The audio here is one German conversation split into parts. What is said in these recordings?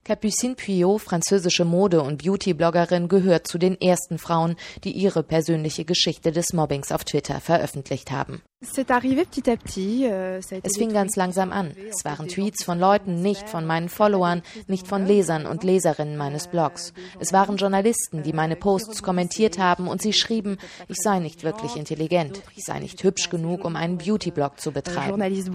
Capucine Puyot, französische Mode- und Beauty-Bloggerin, gehört zu den ersten Frauen, die ihre persönliche Geschichte des Mobbings auf Twitter veröffentlicht haben. Es fing ganz langsam an. Es waren Tweets von Leuten, nicht von meinen Followern, nicht von Lesern und Leserinnen meines Blogs. Es waren Journalisten, die meine Posts kommentiert haben und sie schrieben, ich sei nicht wirklich intelligent, ich sei nicht hübsch genug, um einen Beauty-Blog zu betreiben.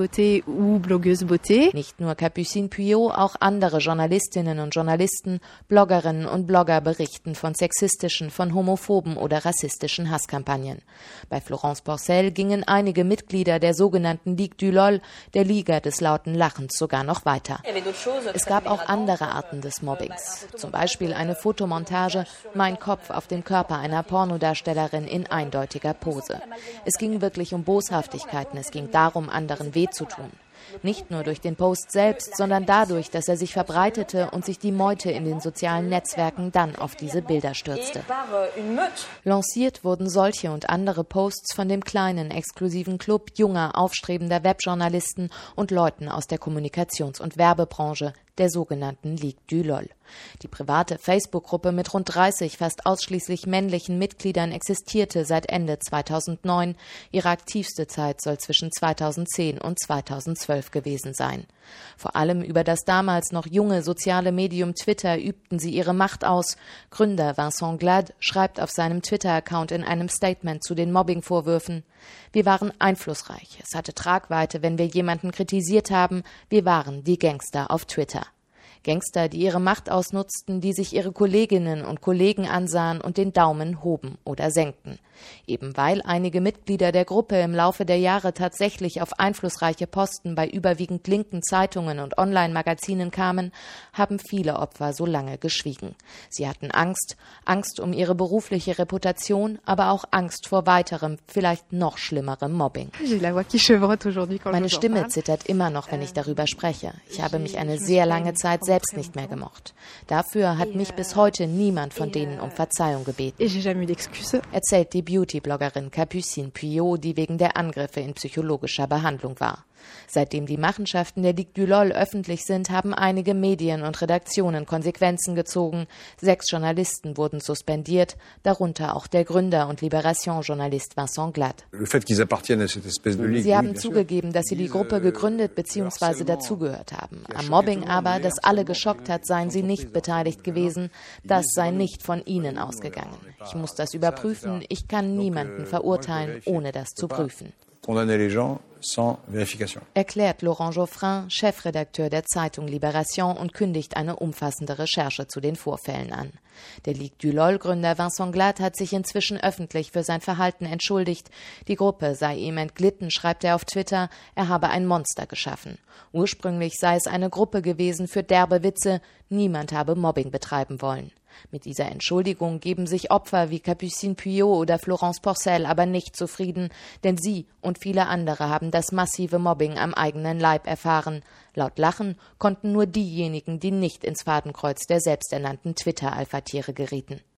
Nicht nur Capucine Puyot, auch andere Journalistinnen und Journalisten, Bloggerinnen und Blogger berichten von sexistischen, von homophoben oder rassistischen Hasskampagnen. Bei Florence Porcel gingen einige Mitglieder der sogenannten Ligue du LOL, der Liga des lauten Lachens, sogar noch weiter. Es gab auch andere Arten des Mobbings. Zum Beispiel eine Fotomontage, mein Kopf auf dem Körper einer Pornodarstellerin in eindeutiger Pose. Es ging wirklich um Boshaftigkeiten, es ging darum, anderen weh zu tun. Nicht nur durch den Post selbst, sondern dadurch, dass er sich verbreitete und sich die Meute in den sozialen Netzwerken dann auf diese Bilder stürzte. Lanciert wurden solche und andere Posts von dem kleinen, exklusiven Club junger, aufstrebender Webjournalisten und Leuten aus der Kommunikations- und Werbebranche, der sogenannten Ligue du LOL. Die private Facebook-Gruppe mit rund 30 fast ausschließlich männlichen Mitgliedern existierte seit Ende 2009. Ihre aktivste Zeit soll zwischen 2010 und 2012 gewesen sein. Vor allem über das damals noch junge soziale Medium Twitter übten sie ihre Macht aus. Gründer Vincent Glad schreibt auf seinem Twitter-Account in einem Statement zu den Mobbing-Vorwürfen: Wir waren einflussreich. Es hatte Tragweite, wenn wir jemanden kritisiert haben. Wir waren die Gangster auf Twitter. Gangster, die ihre Macht ausnutzten, die sich ihre Kolleginnen und Kollegen ansahen und den Daumen hoben oder senkten. Eben weil einige Mitglieder der Gruppe im Laufe der Jahre tatsächlich auf einflussreiche Posten bei überwiegend linken Zeitungen und Online-Magazinen kamen, haben viele Opfer so lange geschwiegen. Sie hatten Angst um ihre berufliche Reputation, aber auch Angst vor weiterem, vielleicht noch schlimmerem Mobbing. Meine Stimme zittert immer noch, wenn ich darüber spreche. Ich habe mich eine sehr lange Zeit selbst nicht mehr gemocht. Dafür hat mich bis heute niemand von denen um Verzeihung gebeten, erzählt die Beauty-Bloggerin Capucine Puyot, die wegen der Angriffe in psychologischer Behandlung war. Seitdem die Machenschaften der Ligue du LOL öffentlich sind, haben einige Medien und Redaktionen Konsequenzen gezogen. 6 Journalisten wurden suspendiert, darunter auch der Gründer und Libération-Journalist Vincent Glad. Sie haben zugegeben, dass sie die Gruppe gegründet bzw. dazugehört haben. Am Mobbing aber, das alle geschockt hat, seien sie nicht beteiligt gewesen. Das sei nicht von ihnen ausgegangen. Ich muss das überprüfen. Ich kann niemanden verurteilen, ohne das zu prüfen. Erklärt Laurent Geoffrin, Chefredakteur der Zeitung Libération, und kündigt eine umfassende Recherche zu den Vorfällen an. Der Ligue du LOL-Gründer Vincent Glad hat sich inzwischen öffentlich für sein Verhalten entschuldigt. Die Gruppe sei ihm entglitten, schreibt er auf Twitter, er habe ein Monster geschaffen. Ursprünglich sei es eine Gruppe gewesen für derbe Witze, niemand habe Mobbing betreiben wollen. Mit dieser Entschuldigung geben sich Opfer wie Capucine Puyot oder Florence Porcel aber nicht zufrieden, denn sie und viele andere haben das massive Mobbing am eigenen Leib erfahren. Laut Lachen konnten nur diejenigen, die nicht ins Fadenkreuz der selbsternannten Twitter-Alpha-Tiere gerieten.